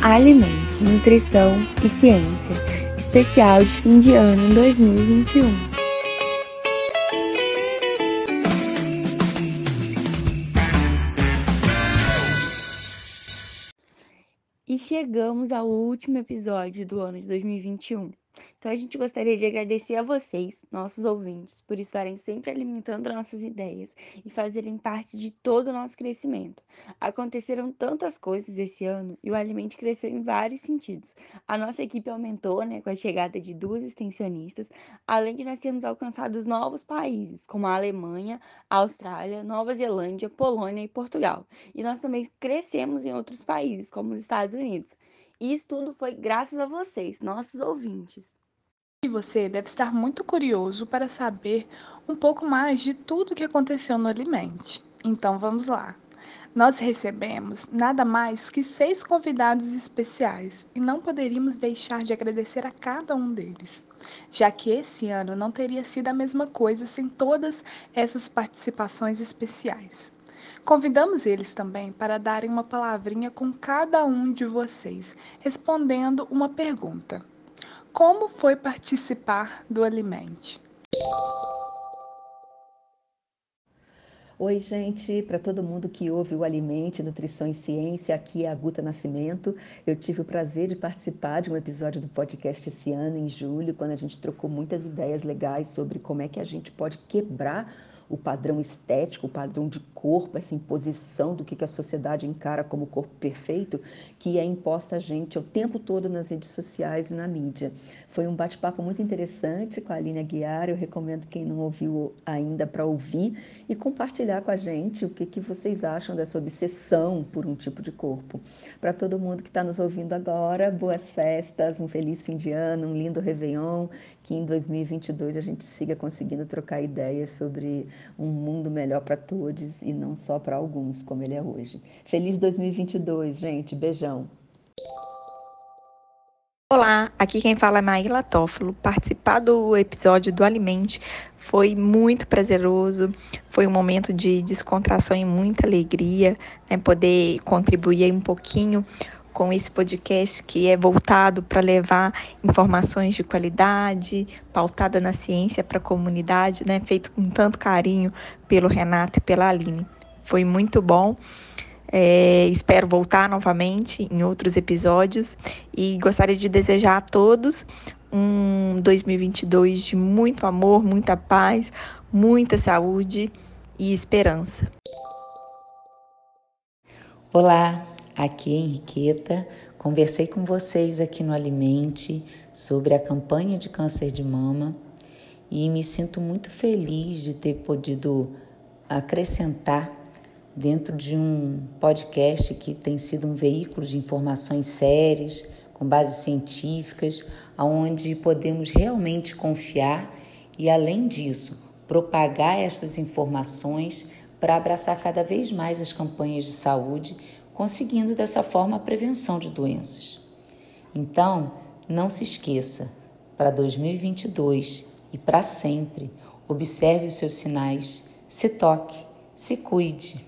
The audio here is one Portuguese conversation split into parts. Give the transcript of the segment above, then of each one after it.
Alimente, Nutrição e Ciência, especial de fim de ano 2021. E chegamos ao último episódio do ano de 2021. Então a gente gostaria de agradecer a vocês, nossos ouvintes, por estarem sempre alimentando nossas ideias e fazerem parte de todo o nosso crescimento. Aconteceram tantas coisas esse ano e o Alimente cresceu em vários sentidos. A nossa equipe aumentou, com a chegada de 2 extensionistas, além de nós termos alcançado novos países, como a Alemanha, a Austrália, Nova Zelândia, Polônia e Portugal. E nós também crescemos em outros países, como os Estados Unidos. E isso tudo foi graças a vocês, nossos ouvintes. E você deve estar muito curioso para saber um pouco mais de tudo o que aconteceu no Alimente. Então vamos lá. Nós recebemos nada mais que 6 convidados especiais e não poderíamos deixar de agradecer a cada um deles, já que esse ano não teria sido a mesma coisa sem todas essas participações especiais. Convidamos eles também para darem uma palavrinha com cada um de vocês, respondendo uma pergunta. Como foi participar do Alimente? Oi, gente, para todo mundo que ouve o Alimente, Nutrição e Ciência, aqui é a Guta Nascimento. Eu tive o prazer de participar de um episódio do podcast esse ano, em julho, quando a gente trocou muitas ideias legais sobre como é que a gente pode quebrar o padrão estético, o padrão de corpo, essa imposição do que a sociedade encara como corpo perfeito, que é imposta a gente o tempo todo nas redes sociais e na mídia. Foi um bate-papo muito interessante com a Aline Aguiar, eu recomendo quem não ouviu ainda para ouvir e compartilhar com a gente o que vocês acham dessa obsessão por um tipo de corpo. Para todo mundo que está nos ouvindo agora, boas festas, um feliz fim de ano, um lindo Réveillon, que em 2022 a gente siga conseguindo trocar ideias sobre um mundo melhor para todos e não só para alguns, como ele é hoje. Feliz 2022, gente. Beijão. Olá, aqui quem fala é Maíla Tófilo. Participar do episódio do Alimente foi muito prazeroso, foi um momento de descontração e muita alegria, poder contribuir um pouquinho com esse podcast que é voltado para levar informações de qualidade, pautada na ciência para a comunidade, feito com tanto carinho pelo Renato e pela Aline. Foi muito bom. Espero voltar novamente em outros episódios e gostaria de desejar a todos um 2022 de muito amor, muita paz, muita saúde e esperança. Olá, aqui é Henriqueta. Conversei com vocês aqui no Alimente sobre a campanha de câncer de mama e me sinto muito feliz de ter podido acrescentar dentro de um podcast que tem sido um veículo de informações sérias, com bases científicas, onde podemos realmente confiar e, além disso, propagar essas informações para abraçar cada vez mais as campanhas de saúde, conseguindo dessa forma a prevenção de doenças. Então, não se esqueça, para 2022 e para sempre, observe os seus sinais, se toque, se cuide.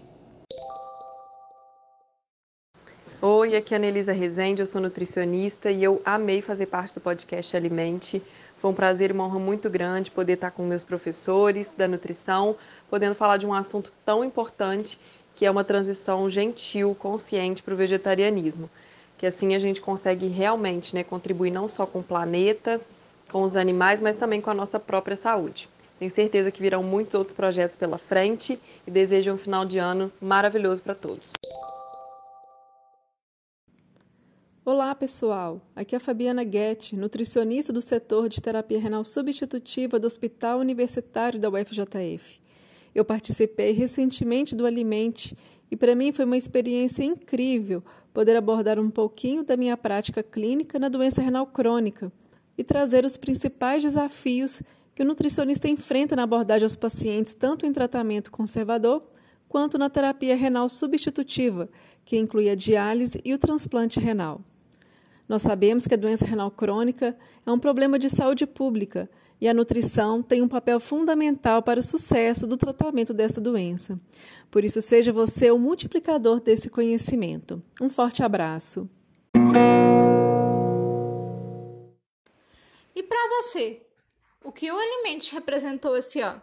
Oi, aqui é a Anelisa Rezende, eu sou nutricionista e eu amei fazer parte do podcast Alimente. Foi um prazer e uma honra muito grande poder estar com meus professores da nutrição, podendo falar de um assunto tão importante que é uma transição gentil, consciente para o vegetarianismo. Que assim a gente consegue realmente contribuir não só com o planeta, com os animais, mas também com a nossa própria saúde. Tenho certeza que virão muitos outros projetos pela frente e desejo um final de ano maravilhoso para todos. Olá, pessoal! Aqui é a Fabiana Guetti, nutricionista do setor de terapia renal substitutiva do Hospital Universitário da UFJF. Eu participei recentemente do Alimente e para mim foi uma experiência incrível poder abordar um pouquinho da minha prática clínica na doença renal crônica e trazer os principais desafios que o nutricionista enfrenta na abordagem aos pacientes, tanto em tratamento conservador quanto na terapia renal substitutiva, que inclui a diálise e o transplante renal. Nós sabemos que a doença renal crônica é um problema de saúde pública e a nutrição tem um papel fundamental para o sucesso do tratamento dessa doença. Por isso, seja você o multiplicador desse conhecimento. Um forte abraço. para você, o que o Alimente representou esse ano?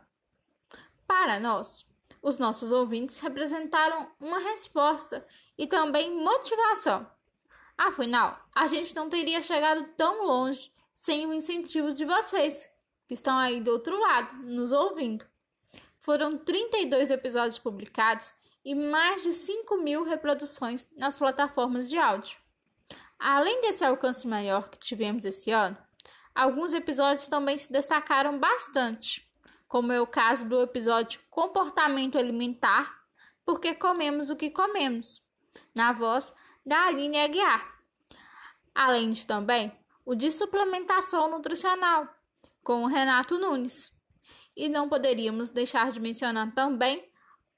Para nós, os nossos ouvintes representaram uma resposta e também motivação. Afinal, a gente não teria chegado tão longe sem o incentivo de vocês, que estão aí do outro lado, nos ouvindo. Foram 32 episódios publicados e mais de 5.000 reproduções nas plataformas de áudio. Além desse alcance maior que tivemos esse ano, alguns episódios também se destacaram bastante, como é o caso do episódio Comportamento Alimentar, porque comemos o que comemos, na voz da Aline Aguiar. Além de também o de suplementação nutricional, com o Renato Nunes. E não poderíamos deixar de mencionar também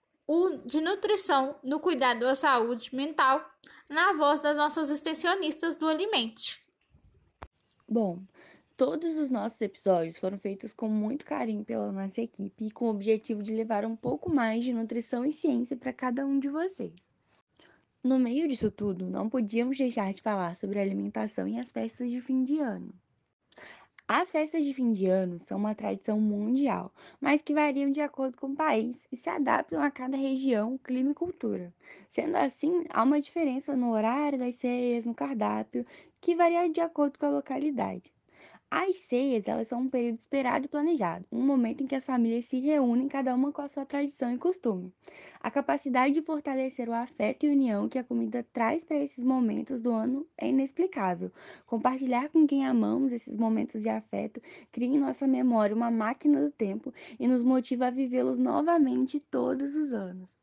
o de nutrição no cuidado da saúde mental, na voz das nossas extensionistas do Alimente. Bom, todos os nossos episódios foram feitos com muito carinho pela nossa equipe e com o objetivo de levar um pouco mais de nutrição e ciência para cada um de vocês. No meio disso tudo, não podíamos deixar de falar sobre a alimentação e as festas de fim de ano. As festas de fim de ano são uma tradição mundial, mas que variam de acordo com o país e se adaptam a cada região, clima e cultura. Sendo assim, há uma diferença no horário das ceias, no cardápio, que varia de acordo com a localidade. As ceias, elas são um período esperado e planejado, um momento em que as famílias se reúnem, cada uma com a sua tradição e costume. A capacidade de fortalecer o afeto e união que a comida traz para esses momentos do ano é inexplicável. Compartilhar com quem amamos esses momentos de afeto cria em nossa memória uma máquina do tempo e nos motiva a vivê-los novamente todos os anos.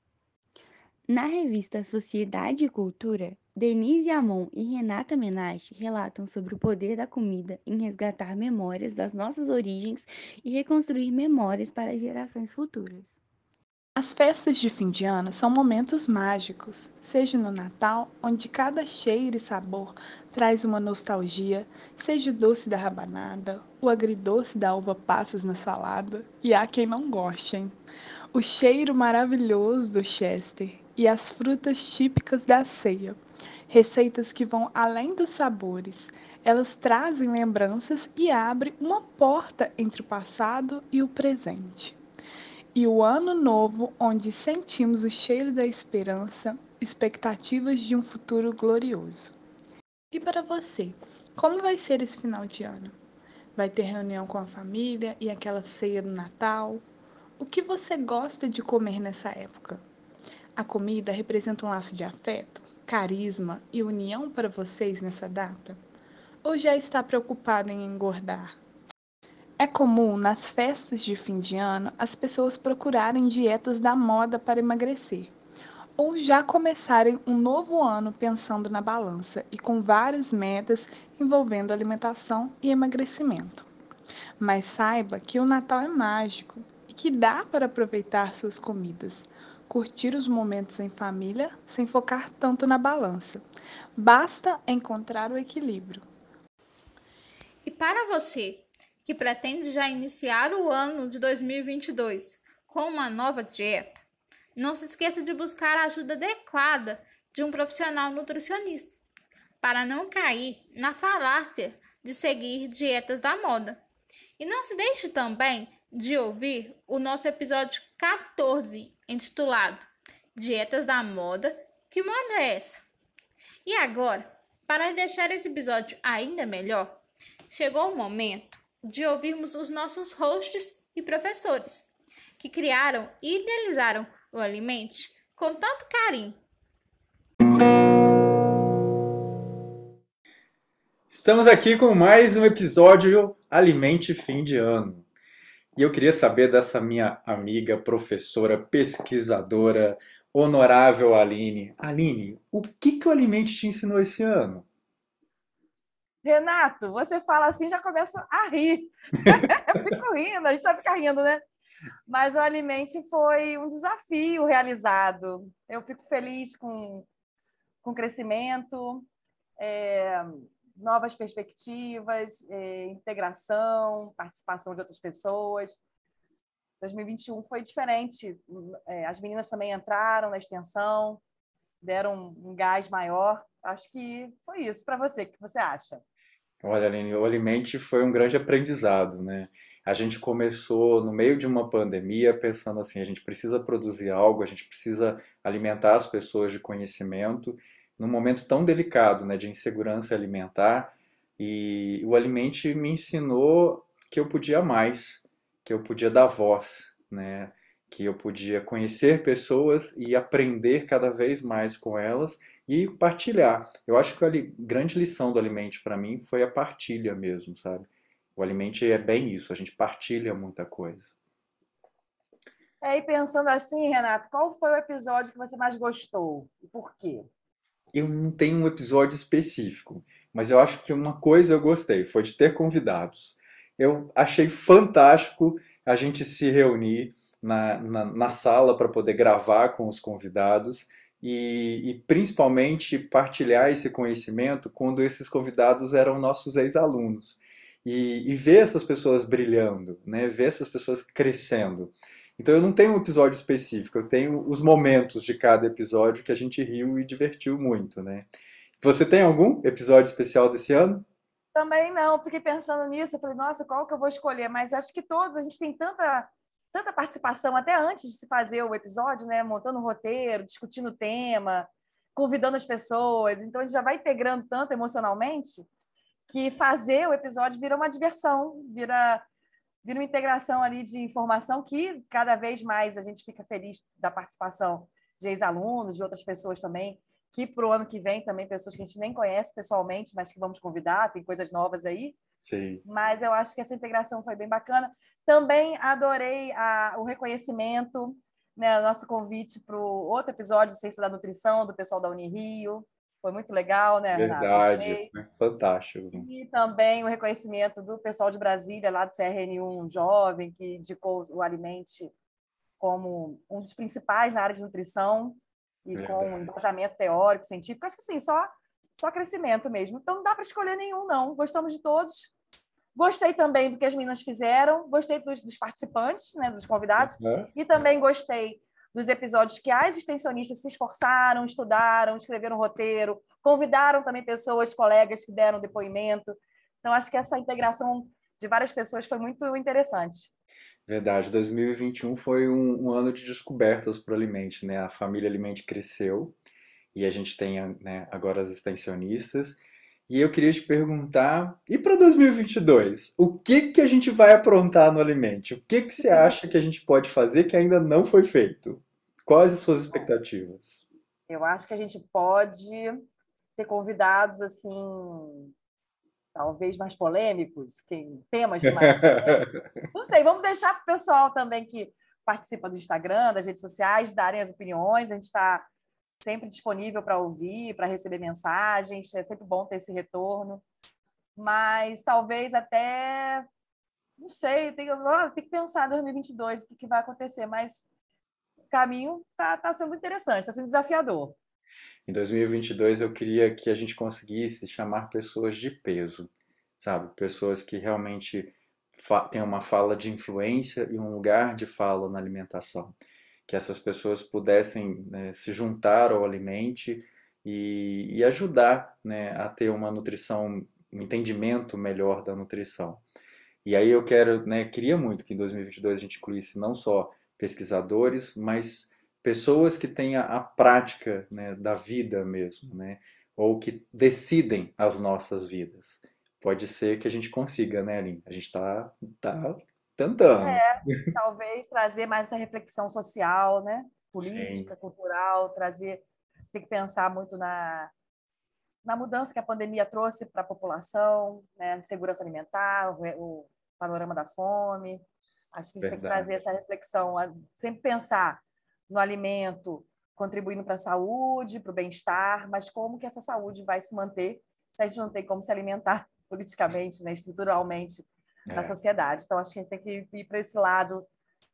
Na revista Sociedade e Cultura, Denise Amon e Renata Menache relatam sobre o poder da comida em resgatar memórias das nossas origens e reconstruir memórias para gerações futuras. As festas de fim de ano são momentos mágicos, seja no Natal, onde cada cheiro e sabor traz uma nostalgia, seja o doce da rabanada, o agridoce da uva passas na salada, e há quem não goste, hein? O cheiro maravilhoso do Chester e as frutas típicas da ceia. Receitas que vão além dos sabores. Elas trazem lembranças e abrem uma porta entre o passado e o presente. E o ano novo, onde sentimos o cheiro da esperança, expectativas de um futuro glorioso. E para você, como vai ser esse final de ano? Vai ter reunião com a família e aquela ceia do Natal? O que você gosta de comer nessa época? A comida representa um laço de afeto, carisma e união para vocês nessa data? Ou já está preocupada em engordar? É comum nas festas de fim de ano as pessoas procurarem dietas da moda para emagrecer, ou já começarem um novo ano pensando na balança e com várias metas envolvendo alimentação e emagrecimento. Mas saiba que o Natal é mágico e que dá para aproveitar suas comidas, curtir os momentos em família sem focar tanto na balança. Basta encontrar o equilíbrio. E para você, que pretende já iniciar o ano de 2022 com uma nova dieta, não se esqueça de buscar a ajuda adequada de um profissional nutricionista, para não cair na falácia de seguir dietas da moda. E não se deixe também de ouvir o nosso episódio 14, intitulado Dietas da Moda, que moda é essa? E agora, para deixar esse episódio ainda melhor, chegou o momento de ouvirmos os nossos hosts e professores, que criaram e idealizaram o Alimente com tanto carinho. Estamos aqui com mais um episódio Alimente Fim de Ano. E eu queria saber dessa minha amiga, professora, pesquisadora, honorável Aline. Aline, o que o Alimente te ensinou esse ano? Renato, você fala assim, já começo a rir. Eu fico rindo, a gente só fica rindo, né? Mas o Alimente foi um desafio realizado. Eu fico feliz com o crescimento, novas perspectivas, integração, participação de outras pessoas. 2021 foi diferente. As meninas também entraram na extensão, deram um gás maior. Acho que foi isso. Para você, o que você acha? Olha, Aline, o Alimente foi um grande aprendizado, né? A gente começou no meio de uma pandemia pensando assim, a gente precisa produzir algo, a gente precisa alimentar as pessoas de conhecimento num momento tão delicado, né, de insegurança alimentar. E o Alimente me ensinou que eu podia mais, que eu podia dar voz, né? Que eu podia conhecer pessoas e aprender cada vez mais com elas e partilhar. Eu acho que a grande lição do Alimente para mim foi a partilha mesmo, sabe? O Alimente é bem isso, a gente partilha muita coisa. E pensando assim, Renato, qual foi o episódio que você mais gostou? E por quê? Eu não tenho um episódio específico, mas eu acho que uma coisa eu gostei, foi de ter convidados. Eu achei fantástico a gente se reunir na sala para poder gravar com os convidados e principalmente partilhar esse conhecimento quando esses convidados eram nossos ex-alunos. E ver essas pessoas brilhando, né? Ver essas pessoas crescendo. Então eu não tenho um episódio específico, eu tenho os momentos de cada episódio que a gente riu e divertiu muito, né? Você tem algum episódio especial desse ano? Também não, fiquei pensando nisso, eu falei, nossa, qual que eu vou escolher? Mas acho que todos, a gente tem tanta participação, até antes de se fazer o episódio, né? Montando o roteiro, discutindo o tema, convidando as pessoas, então a gente já vai integrando tanto emocionalmente que fazer o episódio vira uma diversão, vira uma integração ali de informação que cada vez mais a gente fica feliz da participação de ex-alunos, de outras pessoas também, que para o ano que vem também, pessoas que a gente nem conhece pessoalmente, mas que vamos convidar, tem coisas novas aí. Sim. Mas eu acho que essa integração foi bem bacana. Também adorei o reconhecimento, né, nosso convite para o outro episódio de Ciência da Nutrição, do pessoal da Unirio. Foi muito legal, né, Renato? Verdade, foi fantástico. E também o reconhecimento do pessoal de Brasília, lá do CRN1 Jovem, que indicou o Alimente como um dos principais na área de nutrição e com embasamento teórico, científico. Acho que sim, só crescimento mesmo. Então não dá para escolher nenhum, não. Gostamos de todos. Gostei também do que as meninas fizeram, gostei dos participantes, né, dos convidados, e também gostei dos episódios que as extensionistas se esforçaram, estudaram, escreveram roteiro, convidaram também pessoas, colegas que deram depoimento. Então, acho que essa integração de várias pessoas foi muito interessante. Verdade, 2021 foi um ano de descobertas para o Alimente, né? A família Alimente cresceu e a gente tem, né, agora as extensionistas. E eu queria te perguntar, e para 2022? O que que a gente vai aprontar no Alimente? O que que você acha que a gente pode fazer que ainda não foi feito? Quais as suas expectativas? Eu acho que a gente pode ter convidados assim, talvez mais polêmicos, temas mais polêmicos. Não sei, vamos deixar para o pessoal também que participa do Instagram, das redes sociais, darem as opiniões. A gente está sempre disponível para ouvir, para receber mensagens. É sempre bom ter esse retorno. Mas talvez até, não sei, tem que pensar em 2022 o que vai acontecer, mas o caminho está sendo interessante, está sendo desafiador. Em 2022 eu queria que a gente conseguisse chamar pessoas de peso, sabe? Pessoas que realmente têm uma fala de influência e um lugar de fala na alimentação. Que essas pessoas pudessem, né, se juntar ao Alimente e ajudar, né, a ter uma nutrição, um entendimento melhor da nutrição. E aí eu quero, né, queria muito que em 2022 a gente incluísse não só pesquisadores, mas pessoas que tenham a prática, né, da vida mesmo, né, ou que decidem as nossas vidas. Pode ser que a gente consiga, né, Aline? A gente tá tentando. Talvez trazer mais essa reflexão social, né? Política, Sim. cultural, tem que pensar muito na mudança que a pandemia trouxe para a população, né? Segurança alimentar, o panorama da fome. Acho que a gente tem que Verdade. trazer essa reflexão, sempre pensar no alimento contribuindo para a saúde, para o bem-estar, mas como que essa saúde vai se manter se a gente não tem como se alimentar politicamente, né? Estruturalmente na sociedade. Então, acho que a gente tem que ir para esse lado,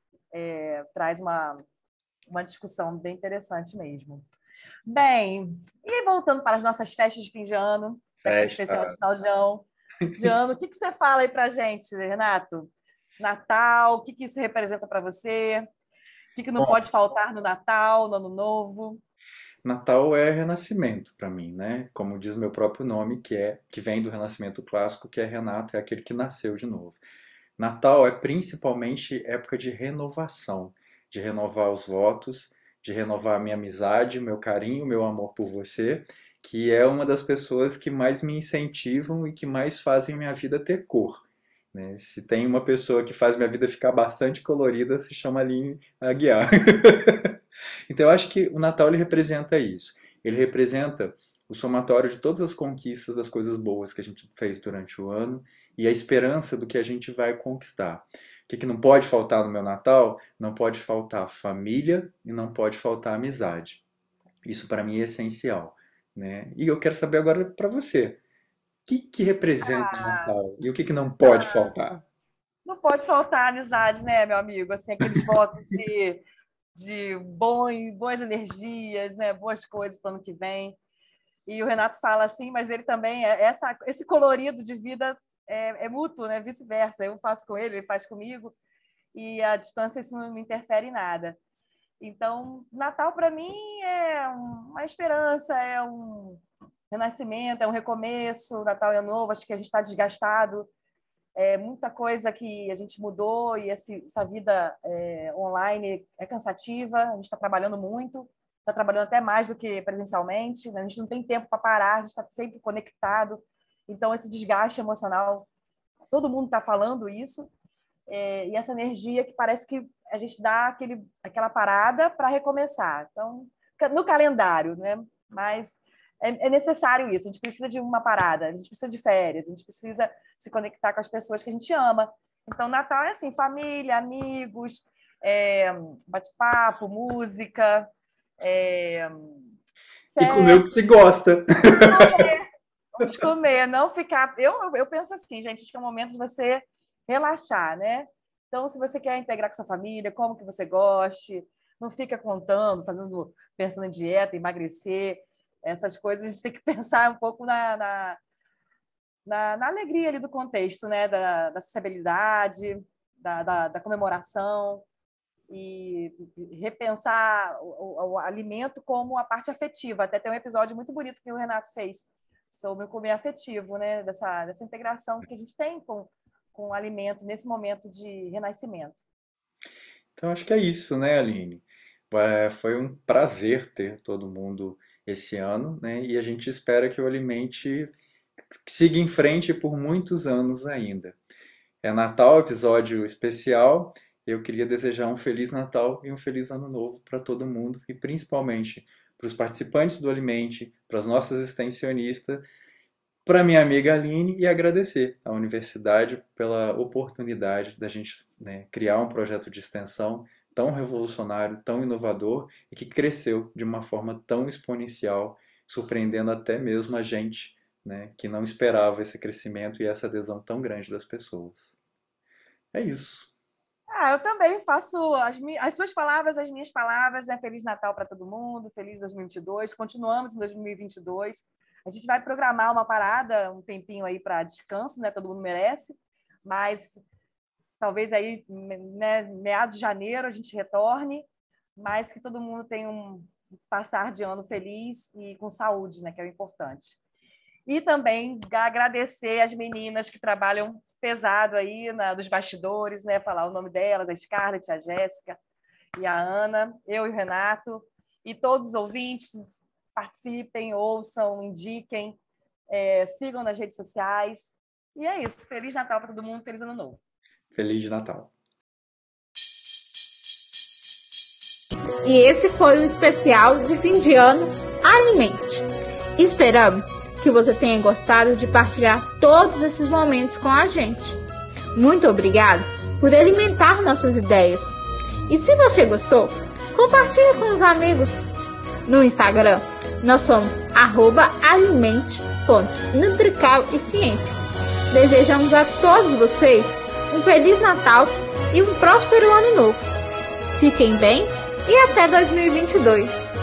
traz uma discussão bem interessante mesmo. Bem, e voltando para as nossas festas de fim de ano, festa especial de final de ano, o que você fala aí para a gente, Renato? Natal, o que isso representa para você? O que não Bom, pode faltar no Natal, no Ano Novo? Natal é renascimento para mim, né? Como diz meu próprio nome, que vem do renascimento clássico, que é Renato, é aquele que nasceu de novo. Natal é principalmente época de renovação, de renovar os votos, de renovar a minha amizade, meu carinho, meu amor por você, que é uma das pessoas que mais me incentivam e que mais fazem minha vida ter cor, né? Se tem uma pessoa que faz minha vida ficar bastante colorida, se chama Aline Aguiar. Então eu acho que o Natal ele representa isso. Ele representa o somatório de todas as conquistas das coisas boas que a gente fez durante o ano e a esperança do que a gente vai conquistar. O que não pode faltar no meu Natal? Não pode faltar família e não pode faltar amizade. Isso para mim é essencial, né? E eu quero saber agora para você. O que representa o Natal e o que não pode faltar? Não pode faltar amizade, né, meu amigo? Assim, aqueles votos de boas energias, né? Boas coisas para o ano que vem. E o Renato fala assim, mas ele também, esse colorido de vida é mútuo, né? Vice-versa. Eu faço com ele faz comigo, e a distância isso não me interfere em nada. Então, Natal para mim é uma esperança, é um renascimento, é um recomeço. Natal é ano novo, acho que a gente está desgastado. É muita coisa que a gente mudou e essa vida online é cansativa. A gente está trabalhando muito, está trabalhando até mais do que presencialmente, né? A gente não tem tempo para parar, a gente está sempre conectado. Então, esse desgaste emocional, todo mundo está falando isso, e essa energia que parece que a gente dá aquela parada para recomeçar. Então, no calendário, né? Mas é necessário isso, a gente precisa de uma parada, a gente precisa de férias, a gente precisa se conectar com as pessoas que a gente ama. Então, Natal é assim, família, amigos, bate-papo, música, e comer o que se gosta. Vamos comer, não ficar... Eu penso assim, gente, acho que é um momento de você relaxar, né? Então, se você quer integrar com sua família, como que você goste, não fica contando, pensando em dieta, emagrecer, essas coisas, a gente tem que pensar um pouco na alegria ali do contexto, né? Da sociabilidade, da comemoração, e repensar o alimento como a parte afetiva. Até tem um episódio muito bonito que o Renato fez sobre o comer afetivo, né? Dessa integração que a gente tem com o alimento nesse momento de renascimento. Então, acho que é isso, né, Aline? Foi um prazer ter todo mundo esse ano, né? E a gente espera que o Alimente siga em frente por muitos anos ainda. É Natal, episódio especial. Eu queria desejar um Feliz Natal e um Feliz Ano Novo para todo mundo, e principalmente para os participantes do Alimente, para as nossas extensionistas, para minha amiga Aline, e agradecer à universidade pela oportunidade da gente, né, criar um projeto de extensão tão revolucionário, tão inovador e que cresceu de uma forma tão exponencial, surpreendendo até mesmo a gente, né, que não esperava esse crescimento e essa adesão tão grande das pessoas. É isso. Eu também faço as suas palavras, as minhas palavras, né? Feliz Natal para todo mundo, feliz 2022. Continuamos em 2022. A gente vai programar uma parada, um tempinho aí para descanso, né? Todo mundo merece, mas talvez aí, né, meados de janeiro a gente retorne, mas que todo mundo tenha um passar de ano feliz e com saúde, né? Que é o importante. E também agradecer as meninas que trabalham pesado aí nos bastidores, né? Falar o nome delas, a Scarlett, a Jéssica e a Ana, eu e o Renato, e todos os ouvintes participem, ouçam, indiquem, sigam nas redes sociais. E é isso. Feliz Natal para todo mundo, feliz Ano Novo. Feliz Natal. E esse foi o especial de fim de ano Alimente. Esperamos que você tenha gostado de partilhar todos esses momentos com a gente. Muito obrigado por alimentar nossas ideias. E se você gostou, compartilhe com os amigos. No Instagram, nós somos @alimente.nutrical e ciência. Desejamos a todos vocês um Feliz Natal e um próspero Ano Novo. Fiquem bem e até 2022.